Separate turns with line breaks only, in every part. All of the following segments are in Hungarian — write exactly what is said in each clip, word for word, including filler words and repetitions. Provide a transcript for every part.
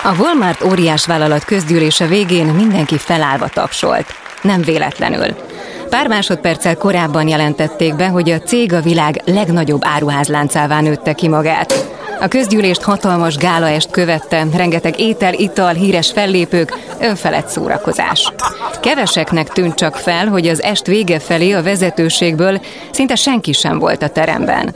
A Walmart óriásvállalat közgyűlése végén mindenki felállva tapsolt. Nem véletlenül. Pár másodperccel korábban jelentették be, hogy a cég a világ legnagyobb áruházláncává nőtte ki magát. A közgyűlést hatalmas gálaest követte, rengeteg étel, ital, híres fellépők, önfelett szórakozás. Keveseknek tűnt csak fel, hogy az est vége felé a vezetőségből szinte senki sem volt a teremben.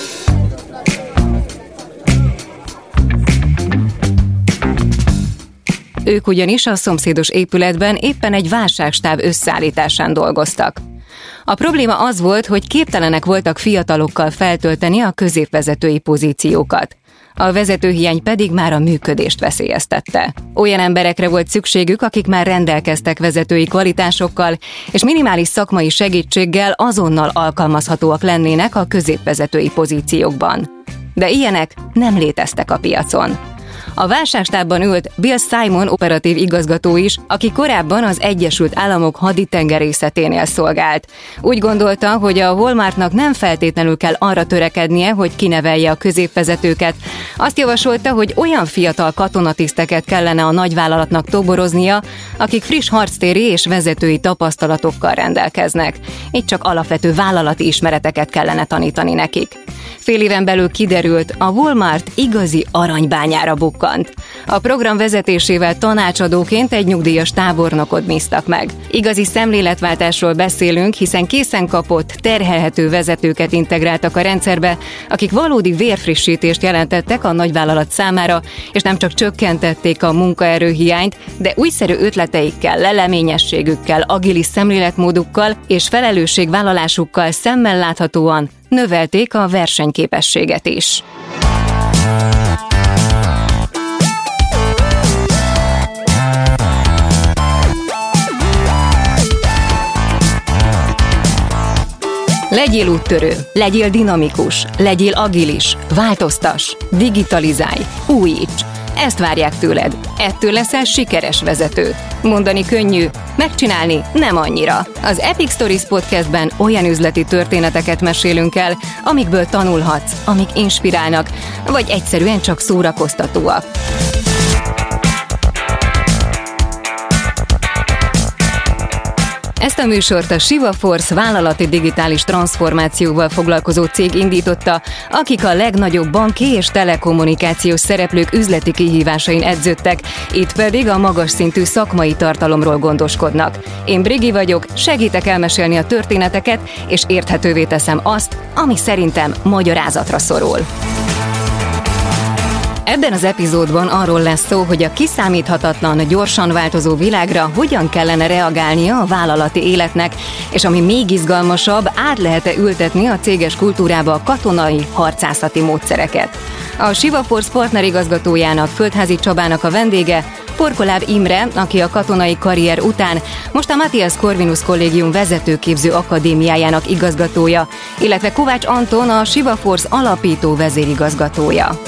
Ők ugyanis a szomszédos épületben éppen egy válságstáb összeállításán dolgoztak. A probléma az volt, hogy képtelenek voltak fiatalokkal feltölteni a középvezetői pozíciókat. A vezetőhiány pedig már a működést veszélyeztette. Olyan emberekre volt szükségük, akik már rendelkeztek vezetői kvalitásokkal, és minimális szakmai segítséggel azonnal alkalmazhatóak lennének a középvezetői pozíciókban. De ilyenek nem léteztek a piacon. A válságstábban ült Bill Simon operatív igazgató is, aki korábban az Egyesült Államok haditengerészeténél szolgált. Úgy gondolta, hogy a Walmartnak nem feltétlenül kell arra törekednie, hogy kinevelje a középvezetőket. Azt javasolta, hogy olyan fiatal katonatiszteket kellene a nagyvállalatnak toboroznia, akik friss harctéri és vezetői tapasztalatokkal rendelkeznek. Így csak alapvető vállalati ismereteket kellene tanítani nekik. Fél éven belül kiderült, a Walmart igazi aranybányára bukkant. A program vezetésével tanácsadóként egy nyugdíjas tábornokot bíztak meg. Igazi szemléletváltásról beszélünk, hiszen készen kapott, terhelhető vezetőket integráltak a rendszerbe, akik valódi vérfrissítést jelentettek a nagyvállalat számára, és nem csak csökkentették a munkaerőhiányt, de újszerű ötleteikkel, leleményességükkel, agilis szemléletmódukkal és felelősségvállalásukkal szemmel láthatóan növelték a versenyképességet is. Legyél úttörő, legyél dinamikus, legyél agilis, változtass, digitalizálj, újíts. Ezt várják tőled. Ettől leszel sikeres vezető. Mondani könnyű, megcsinálni nem annyira. Az Epic Stories podcastben olyan üzleti történeteket mesélünk el, amikből tanulhatsz, amik inspirálnak, vagy egyszerűen csak szórakoztatóak. Ezt a műsort a Shiva Force vállalati digitális transformációval foglalkozó cég indította, akik a legnagyobb banki és telekommunikációs szereplők üzleti kihívásain edződtek, itt pedig a magas szintű szakmai tartalomról gondoskodnak. Én Brigi vagyok, segítek elmesélni a történeteket, és érthetővé teszem azt, ami szerintem magyarázatra szorul. Ebben az epizódban arról lesz szó, hogy a kiszámíthatatlan, gyorsan változó világra hogyan kellene reagálnia a vállalati életnek, és ami még izgalmasabb, át lehet-e ültetni a céges kultúrába a katonai, harcászati módszereket. A Shiva Force partnerigazgatójának, Földházi Csabának a vendége Porkoláb Imre, aki a katonai karrier után most a Matthias Corvinus Kollégium vezetőképző akadémiájának igazgatója, illetve Kovács Anton, a Shiva Force alapító vezérigazgatója.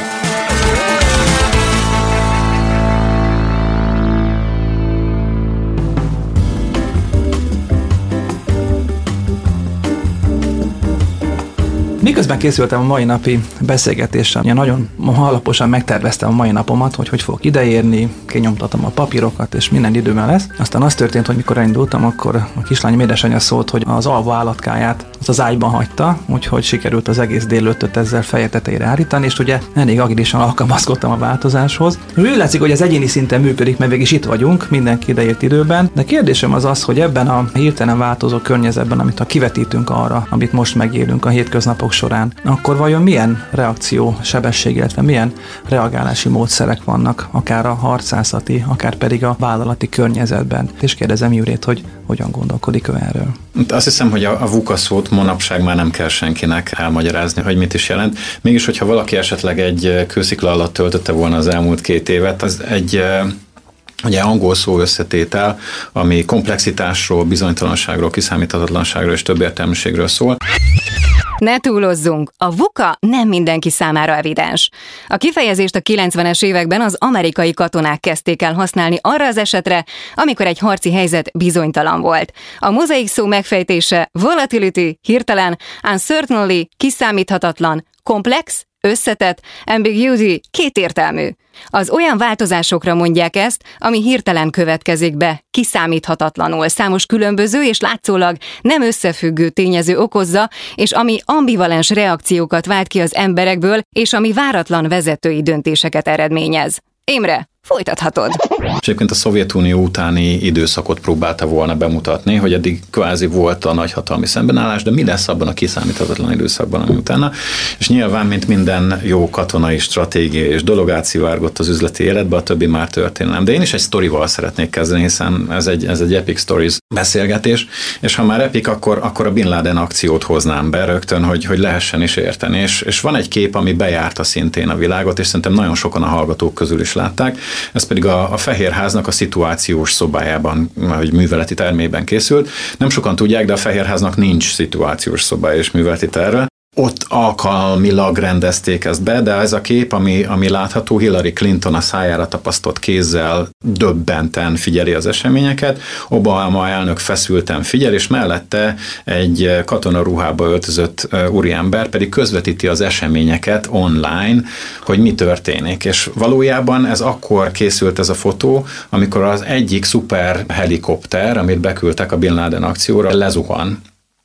Miközben készültem a mai napi beszélgetésre, ugye nagyon alaposan megterveztem a mai napomat, hogy hogy fogok ideérni, kinyomtatom a papírokat, és minden időben lesz. Aztán az történt, hogy mikor elindultam, akkor a kislányom édesanyja szólt, hogy az alva állatkáját az, az ágyban hagyta, úgyhogy sikerült az egész délelőttöt ezzel feje tetejére állítani, és ugye elég agilisan alkalmazkodtam a változáshoz. Úgy látszik, hogy ez egyéni szinten működik, mert végig is itt vagyunk, mindenki ideért időben, de kérdésem az az, hogy ebben a hirtelen változó környezetben, amit ha kivetítünk arra, amit most megélünk a hétköznapok során, akkor vajon milyen reakció sebesség, illetve milyen reagálási módszerek vannak, akár a harcászati, akár pedig a vállalati környezetben? És kérdezem Júrét, hogy hogyan gondolkodik ő erről.
Azt hiszem, hogy a VUCA szót manapság már nem kell senkinek elmagyarázni, hogy mit is jelent. Mégis, hogyha valaki esetleg egy kőszikla alatt töltötte volna az elmúlt két évet, az egy ugye angol szó összetétel, ami komplexitásról, bizonytalanságról, kiszámíthatatlanságról és többértelműségről szól.
Ne túlozzunk, a vuka nem mindenki számára evidens. A kifejezést a kilencvenes években az amerikai katonák kezdték el használni arra az esetre, amikor egy harci helyzet bizonytalan volt. A mozaik szó megfejtése volatility, hirtelen, uncertainly, kiszámíthatatlan, komplex, összetett, ambiguity, kétértelmű. Az olyan változásokra mondják ezt, ami hirtelen következik be, kiszámíthatatlanul, számos különböző és látszólag nem összefüggő tényező okozza, és ami ambivalens reakciókat vált ki az emberekből, és ami váratlan vezetői döntéseket eredményez. Imre, folytathatod.
És egyébként a Szovjetunió utáni időszakot próbálta volna bemutatni, hogy eddig kvázi volt a nagyhatalmi szembenállás, de mi lesz abban a kiszámíthatatlan időszakban, ami utána. És nyilván, mint minden jó katonai stratégia és dolog átszivárgott az üzleti életbe, a többi már történelem. De én is egy sztorival szeretnék kezdeni, hiszen ez egy, ez egy Epic Stories beszélgetés, és ha már epic, akkor, akkor a Bin Laden akciót hoznám be rögtön, hogy, hogy lehessen is érteni. És, és van egy kép, ami bejárta szintén a világot, és szerintem nagyon sokan a hallgatók közül is látták. Ez pedig a, a Fehérháznak a szituációs szobájában, vagy műveleti termében készült. Nem sokan tudják, de a Fehérháznak nincs szituációs szobája és műveleti terve. Ott alkalmilag rendezték ezt be, de ez a kép, ami, ami látható, Hillary Clinton a szájára tapasztott kézzel döbbenten figyeli az eseményeket, Obama elnök feszülten figyel, és mellette egy katonaruhába öltözött úriember pedig közvetíti az eseményeket online, hogy mi történik. És valójában ez akkor készült ez a fotó, amikor az egyik szuper helikopter, amit beküldtek a Bin Laden akcióra, lezuhan.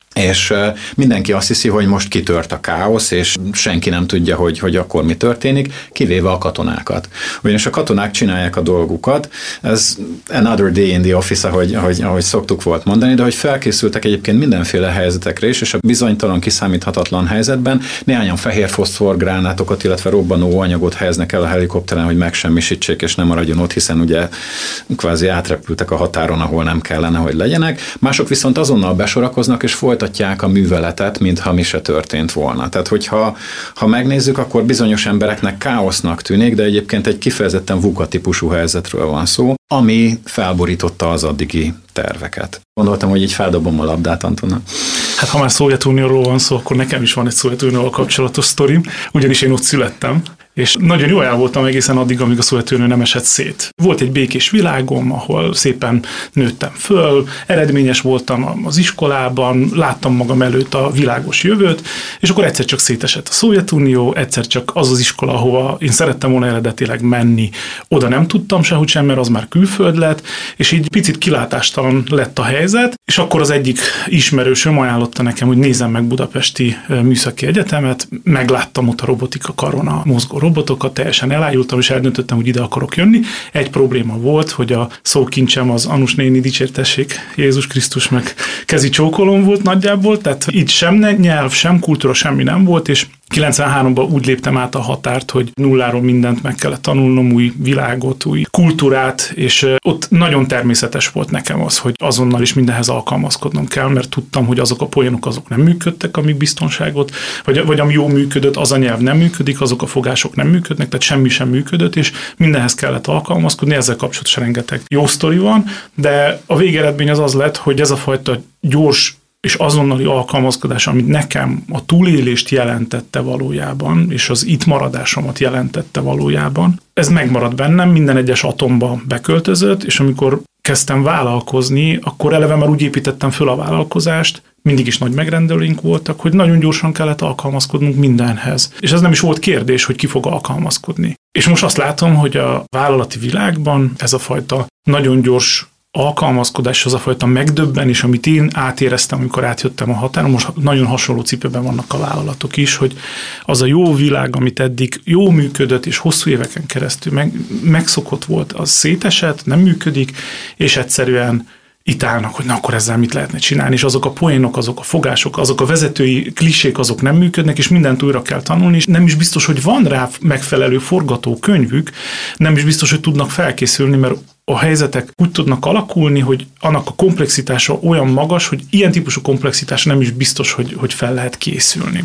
És mindenki azt hiszi, hogy most kitört a káosz, és senki nem tudja, hogy, hogy akkor mi történik, kivéve a katonákat. Ugyanis a katonák csinálják a dolgukat, ez another day in the office, ahogy, ahogy, ahogy szoktuk volt mondani, de hogy felkészültek egyébként mindenféle helyzetekre is, és a bizonytalan, kiszámíthatatlan helyzetben néhányan fehér foszfor gránátokat, illetve robbanó anyagot helyeznek el a helikopteren, hogy megsemmisítsék, és nem maradjon ott, hiszen ugye kvázi átrepültek a határon, ahol nem kellene, hogy legyenek. Mások viszont azonnal besorakoznak, és folytatják a műveletet, mintha mi se történt volna. Tehát, hogyha ha megnézzük, akkor bizonyos embereknek káosznak tűnik, de egyébként egy kifejezetten VUCA típusú helyzetről van szó, ami felborította az addigi terveket. Gondoltam, hogy így feldobom a labdát, Antonna.
Hát ha már Szovjetunióról van szó, akkor nekem is van egy Szovjetunióval kapcsolatos sztorim, ugyanis én ott születtem, és nagyon jól el voltam egészen addig, amíg a Szovjetunió nem esett szét. Volt egy békés világom, ahol szépen nőttem föl, eredményes voltam az iskolában, láttam magam előtt a világos jövőt, és akkor egyszer csak szétesett a Szovjetunió, egyszer csak az az iskola, ahova én szerettem volna eredetileg menni, oda nem tudtam sehogy sem, mert az már külföld lett, és így picit kilátástalan lett a helyzet, és akkor az egyik ismerősöm ajánlotta nekem, hogy nézzem meg Budapesti Műszaki Egyetemet, megláttam ott a robotika karon a mozgó robotokat, teljesen elájultam, és eldöntöttem, hogy ide akarok jönni. Egy probléma volt, hogy a szókincsem az Anus néni, dicsértessék, Jézus Krisztus, meg kezi csókolom volt nagyjából, tehát így sem nyelv, sem kultúra, semmi nem volt, és kilencvenháromban úgy léptem át a határt, hogy nulláról mindent meg kellett tanulnom, új világot, új kultúrát, és ott nagyon természetes volt nekem az, hogy azonnal is mindenhez alkalmazkodnom kell, mert tudtam, hogy azok a poénok azok nem működtek, amik biztonságot, vagy, vagy ami jó működött, az a nyelv nem működik, azok a fogások nem működnek, tehát semmi sem működött, és mindenhez kellett alkalmazkodni, ezzel kapcsolatban rengeteg jó sztori van, de a végeredmény az az lett, hogy ez a fajta gyors és azonnali alkalmazkodás, amit nekem a túlélést jelentette valójában, és az itt maradásomat jelentette valójában, ez megmaradt bennem, minden egyes atomba beköltözött, és amikor kezdtem vállalkozni, akkor eleve már úgy építettem föl a vállalkozást, mindig is nagy megrendelőink voltak, hogy nagyon gyorsan kellett alkalmazkodnunk mindenhez. És ez nem is volt kérdés, hogy ki fog alkalmazkodni. És most azt látom, hogy a vállalati világban ez a fajta nagyon gyors alkalmazkodás, az a fajta megdöbbenés, amit én átéreztem, amikor átjöttem a határon, most nagyon hasonló cipőben vannak a vállalatok is, hogy az a jó világ, amit eddig jó működött, és hosszú éveken keresztül meg, megszokott volt, az szétesett, nem működik, és egyszerűen itt állnak, hogy na akkor ezzel mit lehetne csinálni, és azok a poénok, azok a fogások, azok a vezetői klisék, azok nem működnek, és mindent újra kell tanulni, és nem is biztos, hogy van rá megfelelő forgatókönyvük, nem is biztos, hogy tudnak felkészülni, mert a helyzetek úgy tudnak alakulni, hogy annak a komplexitása olyan magas, hogy ilyen típusú komplexitás nem is biztos, hogy, hogy fel lehet készülni.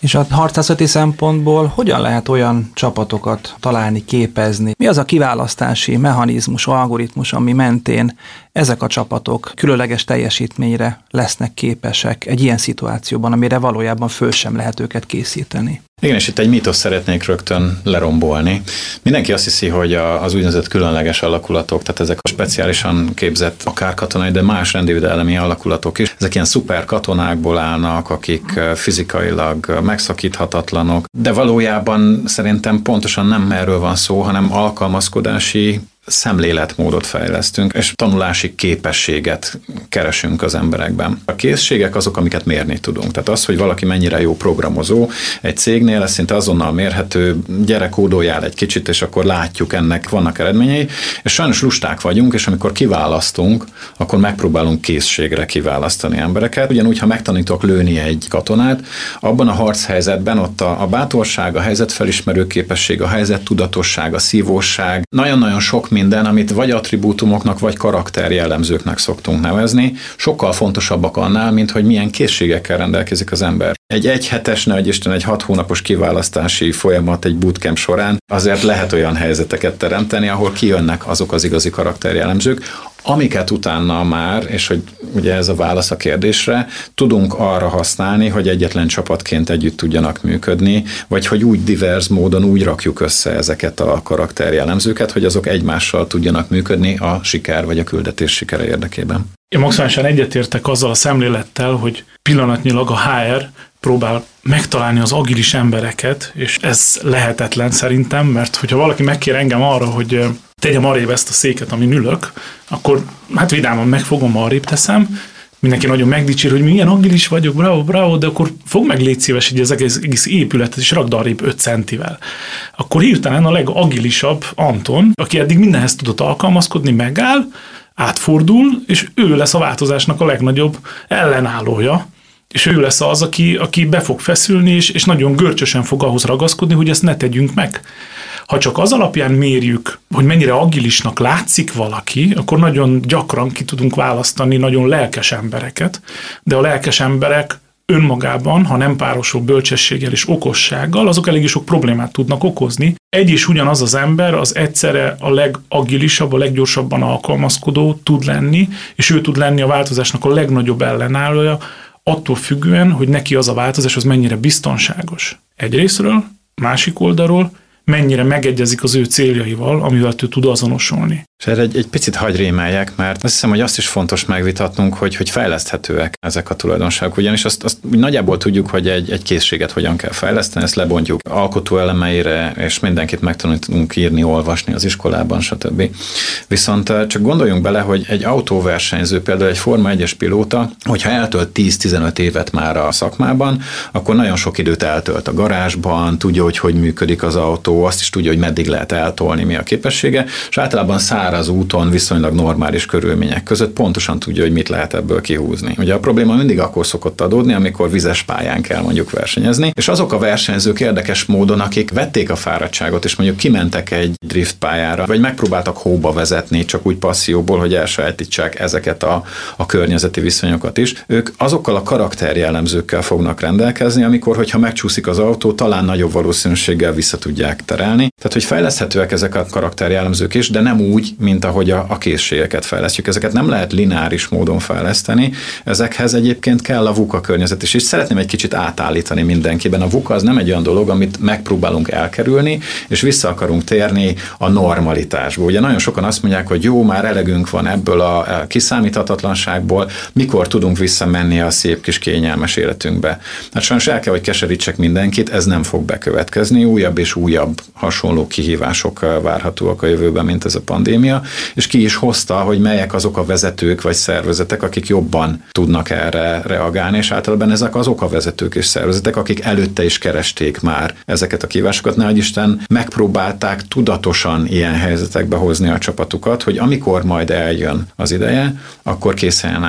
És a harcászati szempontból hogyan lehet olyan csapatokat találni, képezni? Mi az a kiválasztási mechanizmus, algoritmus, ami mentén ezek a csapatok különleges teljesítményre lesznek képesek egy ilyen szituációban, amire valójában föl sem lehet őket készíteni?
Igen, és itt egy mítosz szeretnék rögtön lerombolni. Mindenki azt hiszi, hogy az úgynevezett különleges alakulatok, tehát ezek a speciálisan képzett akár katonai, de más rendvédelmi alakulatok is, ezek ilyen szuper katonákból állnak, akik fizikailag megszakíthatatlanok, de valójában szerintem pontosan nem erről van szó, hanem alkalmazkodási szemléletmódot fejlesztünk, és tanulási képességet keresünk az emberekben. A készségek azok, amiket mérni tudunk. Tehát az, hogy valaki mennyire jó programozó, egy cégnél ez szinte azonnal mérhető, gyere kódoljál egy kicsit, és akkor látjuk, ennek vannak eredményei, és sajnos lusták vagyunk, és amikor kiválasztunk, akkor megpróbálunk készségre kiválasztani embereket. Ugyanúgy, ha megtanítok lőni egy katonát, abban a harchelyzetben ott a, a bátorság, a helyzetfelismerő képesség, a helyzettudatosság, a szívóság, nagyon-nagyon sok minden, amit vagy attribútumoknak, vagy karakterjellemzőknek szoktunk nevezni, sokkal fontosabbak annál, mint hogy milyen készségekkel rendelkezik az ember. Egy egyhetes, nehogy Isten, egy hat hónapos kiválasztási folyamat egy bootcamp során azért lehet olyan helyzeteket teremteni, ahol kijönnek azok az igazi karakterjellemzők, amiket utána már, és hogy ugye ez a válasz a kérdésre, tudunk arra használni, hogy egyetlen csapatként együtt tudjanak működni, vagy hogy úgy divers módon úgy rakjuk össze ezeket a karakterjellemzőket, hogy azok egymással tudjanak működni a siker vagy a küldetés sikere érdekében.
Én maximálisan egyetértek azzal a szemlélettel, hogy pillanatnyilag a há er próbál megtalálni az agilis embereket, és ez lehetetlen szerintem, mert hogyha valaki megkér engem arra, hogy tegyem arrébb ezt a széket, amin ülök, akkor hát vidáman megfogom, arrébb teszem, mindenki nagyon megdicsír, hogy milyen agilis vagyok, bravo, bravo, de akkor fog meg légy szíves, hogy az egész, egész épületet is rakd arrébb öt centivel. Akkor hirtelen a legagilisabb Anton, aki eddig mindenhez tudott alkalmazkodni, megáll, átfordul, és ő lesz a változásnak a legnagyobb ellenállója, és ő lesz az, aki, aki be fog feszülni, és, és nagyon görcsösen fog ahhoz ragaszkodni, hogy ezt ne tegyünk meg. Ha csak az alapján mérjük, hogy mennyire agilisnak látszik valaki, akkor nagyon gyakran ki tudunk választani nagyon lelkes embereket, de a lelkes emberek önmagában, ha nem párosul bölcsességgel és okossággal, azok eléggé sok problémát tudnak okozni. Egy és ugyanaz az ember az egyszerre a legagilisabb, a leggyorsabban alkalmazkodó tud lenni, és ő tud lenni a változásnak a legnagyobb ellenállója, attól függően, hogy neki az a változás az mennyire biztonságos. Egyrészről, másik oldalról, mennyire megegyezik az ő céljaival, amivel ő tud azonosulni.
És erre egy, egy picit hagy rémeljek, mert azt hiszem, hogy azt is fontos megvitatnunk, hogy, hogy fejleszthetőek ezek a tulajdonságok. Ugyanis azt, azt nagyjából tudjuk, hogy egy, egy készséget hogyan kell fejleszteni, ezt lebontjuk alkotó elemeire, és mindenkit megtanítunk írni, olvasni az iskolában, stb. Viszont csak gondoljunk bele, hogy egy autóversenyző, például egy Forma egyes pilóta, hogyha eltölt tíz-tizenöt évet már a szakmában, akkor nagyon sok időt eltölt a garázsban, tudja, hogy hogy működik az autó, azt is tudja, hogy meddig lehet eltolni, mi a képessége, és általában száraz úton, viszonylag normális körülmények között pontosan tudja, hogy mit lehet ebből kihúzni. Ugye a probléma mindig akkor szokott adódni, amikor vizes pályán kell mondjuk versenyezni, és azok a versenyzők érdekes módon, akik vették a fáradtságot, és mondjuk kimentek egy drift pályára, vagy megpróbáltak hóba vezetni, csak úgy passzióból, hogy elsajátítsák ezeket a, a környezeti viszonyokat is, ők azokkal a karakterjellemzőkkel fognak rendelkezni, amikor, hogyha megcsúszik az autó, talán nagyobb valószínűséggel vissza tudják terelni. Tehát, hogy fejleszthetőek ezek a karakterjellemzők is, de nem úgy, mint ahogy a, a készségeket fejlesztjük. Ezeket nem lehet lineáris módon fejleszteni, ezekhez egyébként kell a VUCA környezet is. És szeretném egy kicsit átállítani mindenkiben. A VUCA az nem egy olyan dolog, amit megpróbálunk elkerülni, és vissza akarunk térni a normalitásba. Ugye nagyon sokan azt mondják, hogy jó, már elegünk van ebből a kiszámíthatatlanságból, mikor tudunk visszamenni a szép kis kényelmes életünkbe. Hát sajnos el kell, hogy keserítsek mindenkit, ez nem fog bekövetkezni, újabb és újabb hasonló kihívások várhatóak a jövőben, mint ez a pandémia, és ki is hozta, hogy melyek azok a vezetők vagy szervezetek, akik jobban tudnak erre reagálni, és általában ezek azok a vezetők és szervezetek, akik előtte is keresték már ezeket a kihívásokat, nehogy Isten megpróbálták tudatosan ilyen helyzetekbe hozni a csapatukat, hogy amikor majd eljön az ideje, akkor készen álljanak.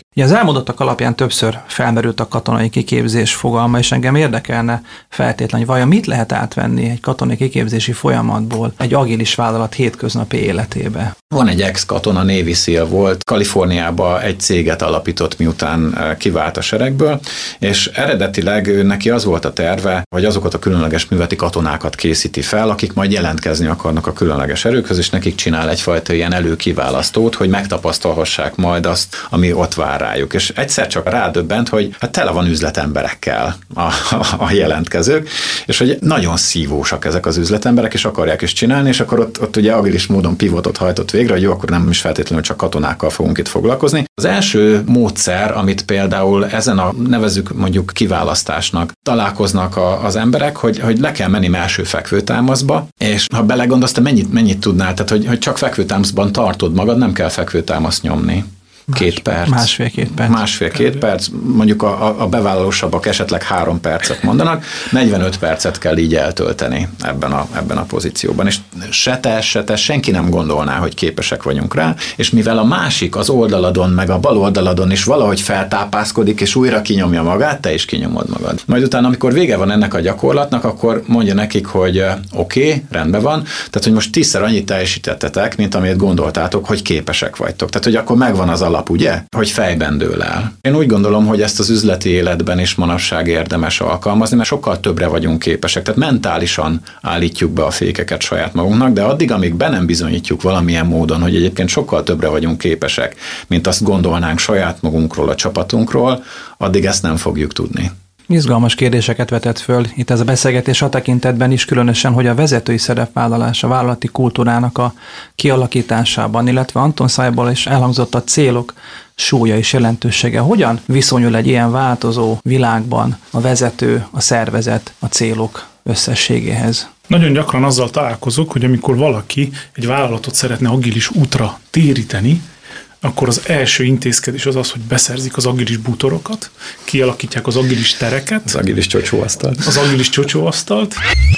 Ja, az elmondottak alapján többször felmerült a katonai kiképzés fogalma, és engem érdekelne feltétlenül, hogy vajon mit lehet átvenni egy katonai kiképzési folyamatból egy agilis vállalat hétköznapi életébe.
Van egy ex-katona, Navy SEAL volt, Kaliforniába egy céget alapított, miután kivált a seregből, és eredetileg ő neki az volt a terve, hogy azokat a különleges műveleti katonákat készíti fel, akik majd jelentkezni akarnak a különleges erőkhöz, és nekik csinál egyfajta ilyen előkiválasztót, hogy megtapasztalhassák majd azt, ami ott vár rájuk. És egyszer csak rádöbbent, hogy hát tele van üzletemberekkel a, a, a jelentkezők, és hogy nagyon szívósak ezek az üzletemberek, és akarják is csinálni, és akkor ott, ott ugye agilis módon pivotot hajtott végre, hogy jó, akkor nem is feltétlenül csak katonákkal fogunk itt foglalkozni. Az első módszer, amit például ezen a nevezzük mondjuk kiválasztásnak találkoznak a, az emberek, hogy, hogy le kell menni első fekvőtámaszba, és ha belegondolsz, te mennyit, mennyit tudnál, tehát hogy, hogy csak fekvőtámaszban tartod magad, nem kell fekvőtámaszt nyomni. Két perc.
Másfél-két perc.
Másfél-két perc, mondjuk a, a bevállalósabbak esetleg három percet mondanak, negyvenöt percet kell így eltölteni ebben a, ebben a pozícióban. És se te, se te, senki nem gondolná, hogy képesek vagyunk rá, és mivel a másik az oldaladon, meg a bal oldaladon is valahogy feltápászkodik, és újra kinyomja magát, te is kinyomod magad. Majd utána, amikor vége van ennek a gyakorlatnak, akkor mondja nekik, hogy oké, okay, rendben van, tehát, hogy most tízszer annyit teljesítettetek, mint amit gondoltátok, hogy képesek vagytok. Tehát, hogy akkor megvan az alap, ugye? Hogy fejben dől el. Én úgy gondolom, hogy ezt az üzleti életben is manapság érdemes alkalmazni, mert sokkal többre vagyunk képesek. Tehát mentálisan állítjuk be a fékeket saját magunknak, de addig, amíg be nem bizonyítjuk valamilyen módon, hogy egyébként sokkal többre vagyunk képesek, mint azt gondolnánk saját magunkról, a csapatunkról, addig ezt nem fogjuk tudni.
Izgalmas kérdéseket vetett föl itt ez a beszélgetés a tekintetben is, különösen, hogy a vezetői szerepvállalás a vállalati kultúrának a kialakításában, illetve Anton szájából is elhangzott a célok súlya és jelentősége. Hogyan viszonyul egy ilyen változó világban a vezető, a szervezet a célok összességéhez?
Nagyon gyakran azzal találkozok, hogy amikor valaki egy vállalatot szeretne agilis útra téríteni, akkor az első intézkedés az az, hogy beszerzik az agilis bútorokat, kialakítják az agilis tereket.
Az agilis csocsóasztalt.
Az agilis csocsóasztalt.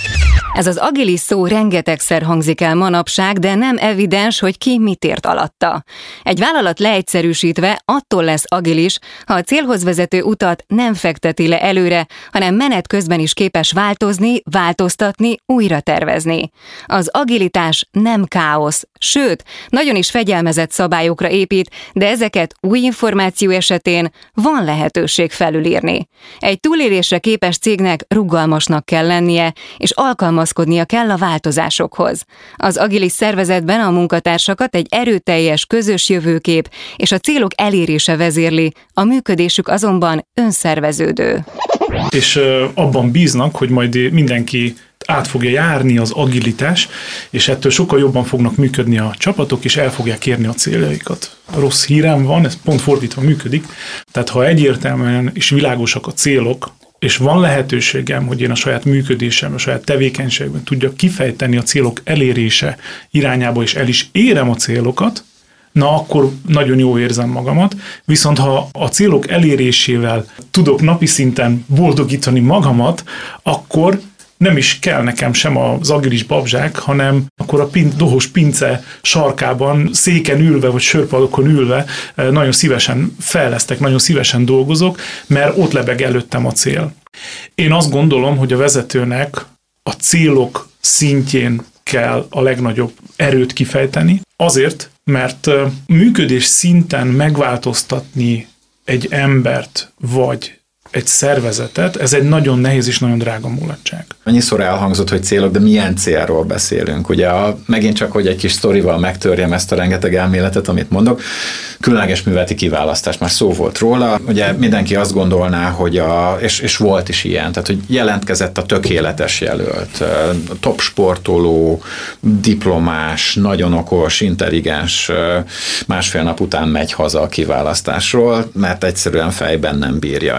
Ez az agilis szó rengetegszer hangzik el manapság, de nem evidens, hogy ki mit ért alatta. Egy vállalat leegyszerűsítve attól lesz agilis, ha a célhoz vezető utat nem fekteti le előre, hanem menet közben is képes változni, változtatni, újra tervezni. Az agilitás nem káosz, sőt, nagyon is fegyelmezett szabályokra épít, de ezeket új információ esetén van lehetőség felülírni. Egy túlélésre képes cégnek rugalmasnak kell lennie, és alkalmazkodnia kell a változásokhoz. Az agilis szervezetben a munkatársakat egy erőteljes közös jövőkép és a célok elérése vezérli, a működésük azonban önszerveződő.
És abban bíznak, hogy majd mindenki át fogja járni az agilitás, és ettől sokkal jobban fognak működni a csapatok, és el fogják érni a céljaikat. Rossz hírem van, ez pont fordítva működik, tehát ha egyértelműen és világosak a célok, és van lehetőségem, hogy én a saját működésem, a saját tevékenységben tudjak kifejteni a célok elérése irányába, és el is érem a célokat, na akkor nagyon jól érzem magamat, viszont ha a célok elérésével tudok napi szinten boldogítani magamat, akkor nem is kell nekem sem az agilis babzsák, hanem akkor a pin, dohos pince sarkában, széken ülve, vagy sörpadokon ülve nagyon szívesen fejlesztek, nagyon szívesen dolgozok, mert ott lebeg előttem a cél. Én azt gondolom, hogy a vezetőnek a célok szintjén kell a legnagyobb erőt kifejteni, azért, mert működés szinten megváltoztatni egy embert, vagy egy szervezetet, ez egy nagyon nehéz és nagyon drága mulatság.
Annyiszor elhangzott, hogy célok, de milyen célról beszélünk? Ugye a, megint csak, hogy egy kis sztorival megtörjem ezt a rengeteg elméletet, amit mondok, különleges műveleti kiválasztás, már szó volt róla, ugye mindenki azt gondolná, hogy a, és, és volt is ilyen, tehát hogy jelentkezett a tökéletes jelölt, top sportoló, diplomás, nagyon okos, intelligens, másfél nap után megy haza a kiválasztásról, mert egyszerűen fejben nem bírja. És az,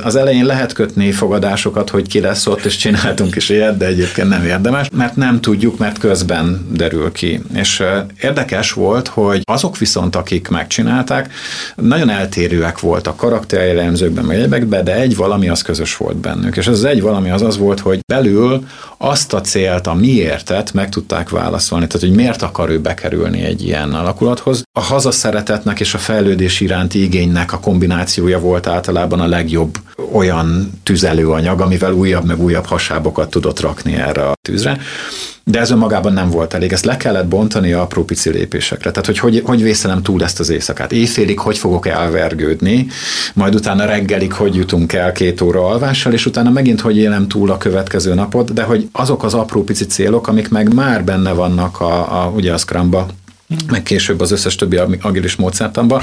Az elején lehet kötni fogadásokat, hogy ki lesz ott, és csináltunk is ilyet, de egyébként nem érdemes, mert nem tudjuk, mert közben derül ki. És érdekes volt, hogy azok viszont, akik megcsinálták, nagyon eltérőek voltak karakterjellemzőkben, meg egyebekben, de egy valami az közös volt bennük. És ez az egy valami az az volt, hogy belül azt a célt, a miértet meg tudták válaszolni, tehát hogy miért akar ő bekerülni egy ilyen alakulathoz. A hazaszeretetnek és a fejlődés iránti igénynek a kombinációja volt általában a legjobb olyan tüzelőanyag, amivel újabb meg újabb hasábokat tudott rakni erre a tűzre. De ez önmagában nem volt elég. Ezt le kellett bontani a apró pici lépésekre. Tehát, hogy hogy, hogy vészelem túl ezt az éjszakát. Éjfélig hogy fogok elvergődni, majd utána reggelig hogy jutunk el két óra alvással, és utána megint hogy élem túl a következő napot, de hogy azok az apró pici célok, amik meg már benne vannak a, a, ugye a Scrumba, meg később az összes többi agilis módszertanban.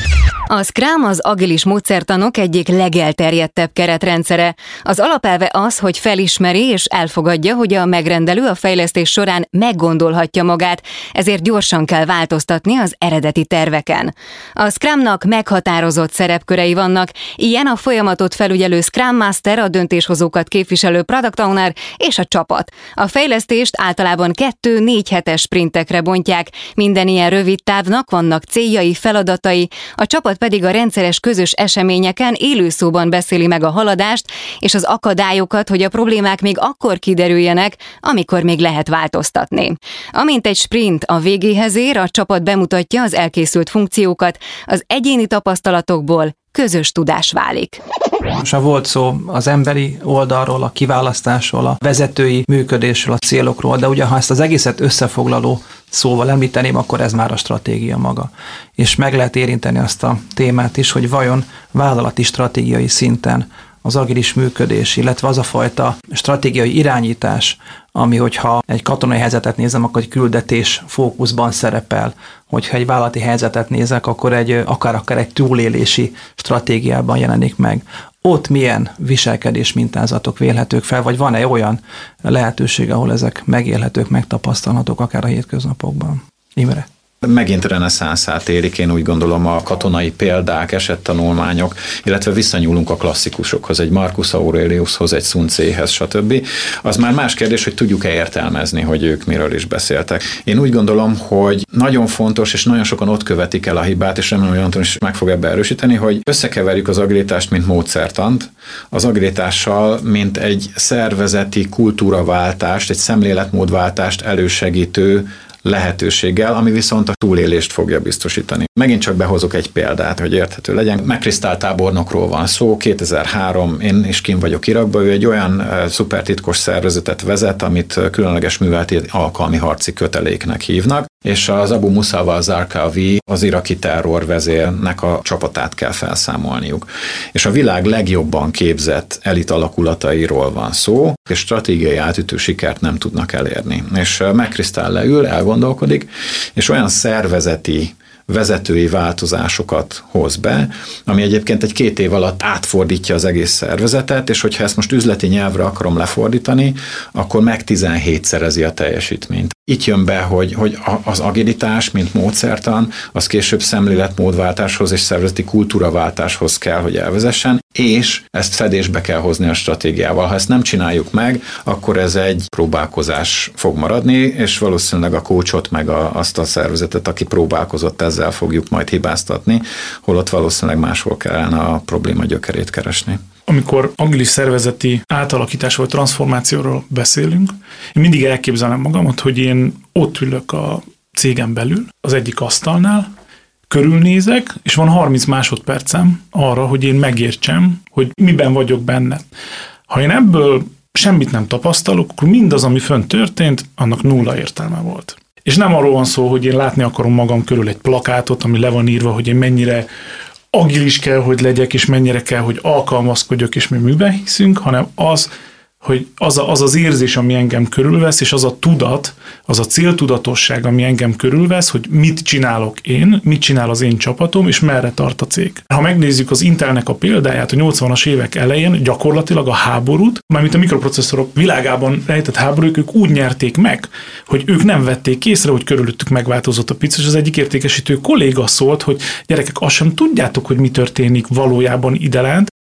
A Scrum az agilis módszertanok egyik legelterjedtebb keretrendszere. Az alapelve az, hogy felismeri és elfogadja, hogy a megrendelő a fejlesztés során meggondolhatja magát, ezért gyorsan kell változtatni az eredeti terveken. A Scrumnak meghatározott szerepkörei vannak, ilyen a folyamatot felügyelő Scrum Master, a döntéshozókat képviselő Product Owner és a csapat. A fejlesztést általában kettő-négy hetes sprintekre bontják, minden ilyen rövid távnak vannak céljai, feladatai, a csapat pedig a rendszeres közös eseményeken élőszóban beszéli meg a haladást és az akadályokat, hogy a problémák még akkor kiderüljenek, amikor még lehet változtatni. Amint egy sprint a végéhez ér, a csapat bemutatja az elkészült funkciókat, az egyéni tapasztalatokból közös tudás válik.
Most ha volt szó az emberi oldalról, a kiválasztásról, a vezetői működésről, a célokról, de ugye ha ezt az egészet összefoglaló szóval említeném, akkor ez már a stratégia maga. És meg lehet érinteni azt a témát is, hogy vajon vállalati stratégiai szinten az agilis működés, illetve az a fajta stratégiai irányítás, ami, hogyha egy katonai helyzetet nézem, akkor egy küldetés fókuszban szerepel, hogyha egy vállalati helyzetet nézek, akkor egy, akár, akár egy túlélési stratégiában jelenik meg. Ott milyen viselkedés mintázatok vélhetők fel, vagy van-e olyan lehetőség, ahol ezek megélhetők, megtapasztalhatók akár a hétköznapokban? Imre?
Megint reneszánszát érik, én úgy gondolom, a katonai példák, esettanulmányok, illetve visszanyúlunk a klasszikusokhoz, egy Marcus Aureliushoz, egy Sun Tzu-hez, stb. Az már más kérdés, hogy tudjuk-e értelmezni, hogy ők miről is beszéltek. Én úgy gondolom, hogy nagyon fontos, és nagyon sokan ott követik el a hibát, és remélem, hogy Anton is meg fog ebbe erősíteni, hogy összekeverjük az agilitást, mint módszertant, az agilitással, mint egy szervezeti kultúraváltást, egy szemléletmódváltást elősegítő lehetőséggel, ami viszont a túlélést fogja biztosítani. Megint csak behozok egy példát, hogy érthető legyen. McChrystal tábornokról van szó, kétezer-három, én is kint vagyok Irakban, ő egy olyan uh, szupertitkos szervezetet vezet, amit uh, különleges műveleti alkalmi harci köteléknek hívnak, és az Abu Musab al-Zarqawi, az iraki terrorvezérnek a csapatát kell felszámolniuk. És a világ legjobban képzett elit alakulatairól van szó, és stratégiai átütő sikert nem tudnak elérni. És uh, McChrystal leül, elgondolkodik, és olyan szervezeti vezetői változásokat hoz be, ami egyébként egy két év alatt átfordítja az egész szervezetet, és hogyha ezt most üzleti nyelvre akarom lefordítani, akkor meg tizenhétszerezi a teljesítményt. Itt jön be, hogy, hogy az agilitás, mint módszertan, az később szemléletmódváltáshoz és szervezeti kultúraváltáshoz kell, hogy elvezessen, és ezt fedésbe kell hozni a stratégiával. Ha ezt nem csináljuk meg, akkor ez egy próbálkozás fog maradni, és valószínűleg a coachot meg a, azt a szervezetet, aki próbálkozott, ezzel fogjuk majd hibáztatni, holott valószínűleg máshol kellene a probléma gyökerét keresni.
Amikor agilis szervezeti átalakítás vagy transformációról beszélünk, én mindig elképzelem magamat, hogy én ott ülök a cégem belül, az egyik asztalnál, körülnézek, és van harminc másodpercem arra, hogy én megértsem, hogy miben vagyok benne. Ha én ebből semmit nem tapasztalok, akkor mindaz, ami fönn történt, annak nulla értelme volt. És nem arról van szó, hogy én látni akarom magam körül egy plakátot, ami le van írva, hogy én mennyire agilis kell, hogy legyek, és mennyire kell, hogy alkalmazkodjak, és mi miben hiszünk, hanem az, hogy az, a, az az érzés, ami engem körülvesz, és az a tudat, az a céltudatosság, ami engem körülvesz, hogy mit csinálok én, mit csinál az én csapatom, és merre tart a cég. Ha megnézzük az Intelnek a példáját, a nyolcvanas évek elején gyakorlatilag a háborút, mármint a mikroprocesszorok világában rejtett háborúk, ők úgy nyerték meg, hogy ők nem vették észre, hogy körülöttük megváltozott a piac, és az egyik értékesítő kolléga szólt, hogy gyerekek, azt sem tudjátok, hogy mi történik valójában idelent,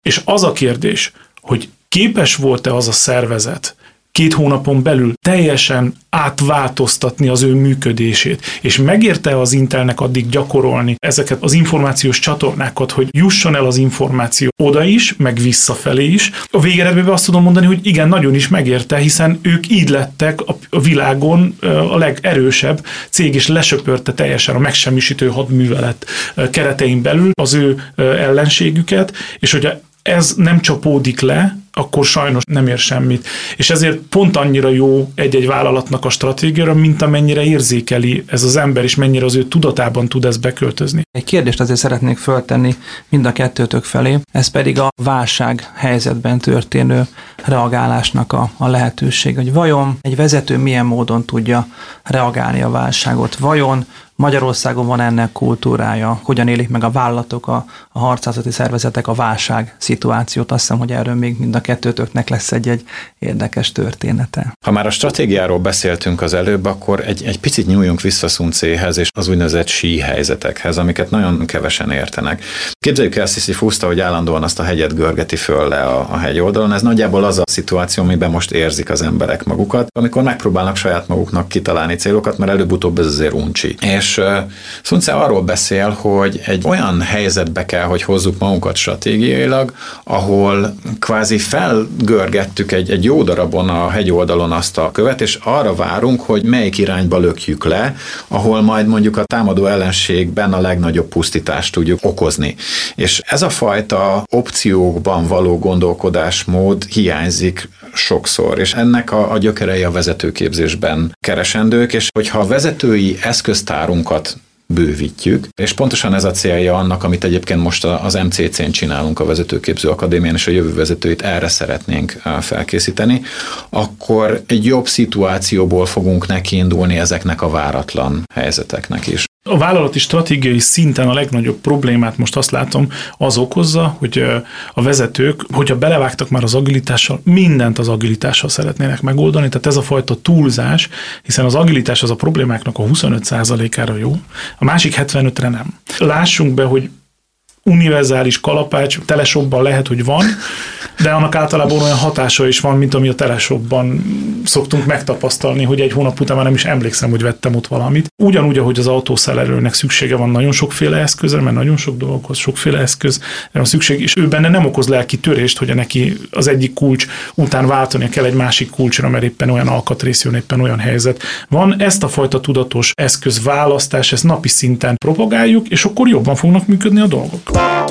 És az a kérdés, hogy képes volt-e az a szervezet két hónapon belül teljesen átváltoztatni az ő működését, és megérte az Intelnek addig gyakorolni ezeket az információs csatornákat, hogy jusson el az információ oda is, meg visszafelé is. A végeredményben azt tudom mondani, hogy igen, nagyon is megérte, hiszen ők így lettek a világon a legerősebb cég, és lesöpörte teljesen a megsemmisítő hadművelet keretein belül az ő ellenségüket, és hogy ez nem csapódik le, akkor sajnos nem ér semmit. És ezért pont annyira jó egy-egy vállalatnak a stratégiára, mint amennyire érzékeli ez az ember, és mennyire az ő tudatában tud ezt beköltözni.
Egy kérdést azért szeretnék föltenni mind a kettőtök felé, ez pedig a válság helyzetben történő reagálásnak a, a lehetőség, hogy vajon egy vezető milyen módon tudja reagálni a válságot, vajon Magyarországon van ennek kultúrája, hogyan élik meg a vállalatok, a, a harcászati szervezetek a válság szituációt. Azt hiszem, hogy erről még mind a kettőtöknek lesz egy-egy érdekes története.
Ha már a stratégiáról beszéltünk az előbb, akkor egy, egy picit nyúljunk vissza Sun Tse-hez és az úgynevezett sí helyzetekhez, amiket nagyon kevesen értenek. Képzeljük el Sisyphust, hogy állandóan azt a hegyet görgeti föl le a, a hegy oldalon. Ez nagyjából az a szituáció, amiben most érzik az emberek magukat, amikor megpróbálnak saját maguknak kitalálni célokat, mert előbb-utóbb ez azért uncsi. És És Sun Tse arról beszél, hogy egy olyan helyzetbe kell, hogy hozzuk magunkat stratégiailag, ahol kvázi felgörgettük egy, egy jó darabon a hegyoldalon azt a követ, és arra várunk, hogy melyik irányba lökjük le, ahol majd mondjuk a támadó ellenségben a legnagyobb pusztítást tudjuk okozni. És ez a fajta opciókban való gondolkodásmód hiányzik sokszor, és ennek a, a gyökerei a vezetőképzésben keresendők, és hogyha a vezetői eszköztárunkat bővítjük, és pontosan ez a célja annak, amit egyébként most az em cé cén csinálunk a Vezetőképző Akadémián, és a jövő vezetőit erre szeretnénk felkészíteni, akkor egy jobb szituációból fogunk nekiindulni ezeknek a váratlan helyzeteknek is.
A vállalati stratégiai szinten a legnagyobb problémát most azt látom, az okozza, hogy a vezetők, hogyha belevágtak már az agilitással, mindent az agilitással szeretnének megoldani, tehát ez a fajta túlzás, hiszen az agilitás az a problémáknak a huszonöt százalékára jó, a másik hetvenötre nem. Lássunk be, hogy univerzális kalapács teleshopban lehet, hogy van, de annak általában olyan hatása is van, mint ami a teleshopban szoktunk megtapasztalni, hogy egy hónap után már nem is emlékszem, hogy vettem ott valamit. Ugyanúgy, ahogy az autószerelőnek szüksége van nagyon sokféle eszközre, mert nagyon sok dologhoz sokféle eszköz van szükség, és ő benne nem okoz lelki törést, hogy neki az egyik kulcs után váltania kell egy másik kulcsra, mert éppen olyan alkatrész jön, éppen olyan helyzet van. Ezt a fajta tudatos eszközválasztás, ezt napi szinten propagáljuk, és akkor jobban fognak működni a dolgok.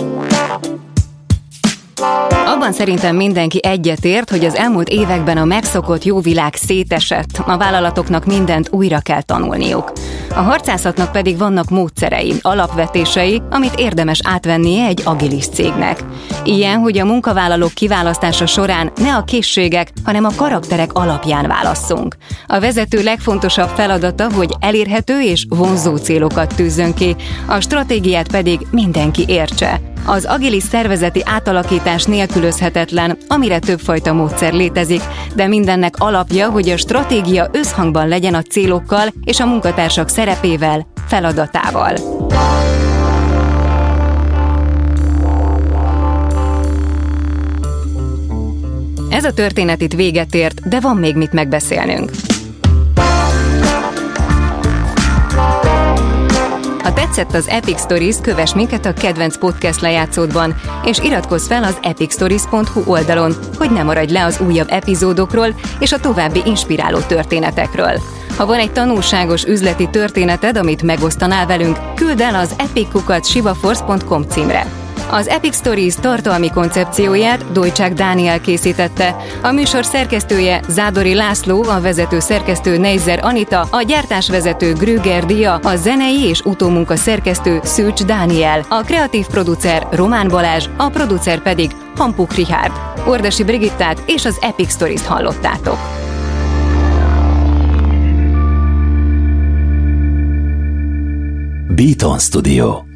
Abban szerintem mindenki egyetért, hogy az elmúlt években a megszokott jó világ szétesett, a vállalatoknak mindent újra kell tanulniuk. A harcászatnak pedig vannak módszerei, alapvetései, amit érdemes átvennie egy agilis cégnek. Ilyen, hogy a munkavállalók kiválasztása során ne a készségek, hanem a karakterek alapján válasszunk. A vezető legfontosabb feladata, hogy elérhető és vonzó célokat tűzzön ki, a stratégiát pedig mindenki értse. Az agilis szervezeti átalakítás nélkülözhetetlen, amire többfajta módszer létezik, de mindennek alapja, hogy a stratégia összhangban legyen a célokkal és a munkatársak szerepével, feladatával. Ez a történet itt véget ért, de van még mit megbeszélnünk. Ha tetszett az Epic Stories, kövess minket a kedvenc podcast lejátszódban, és iratkozz fel az epic stories pont hu oldalon, hogy ne maradj le az újabb epizódokról és a további inspiráló történetekről. Ha van egy tanulságos üzleti történeted, amit megosztanál velünk, küldd el az epic kukac sivaforce pont com címre. Az Epic Stories tartalmi koncepcióját Dojcsák Dániel készítette, a műsor szerkesztője Zádori László, a vezető szerkesztő Neizer Anita, a gyártásvezető Grüger Dia, a zenei és utómunka szerkesztő Szűcs Dániel, a kreatív producer Román Balázs, a producer pedig Hampuk Richárd. Ordasi Brigittát és az Epic Stories-t hallottátok.
Beaton Studio.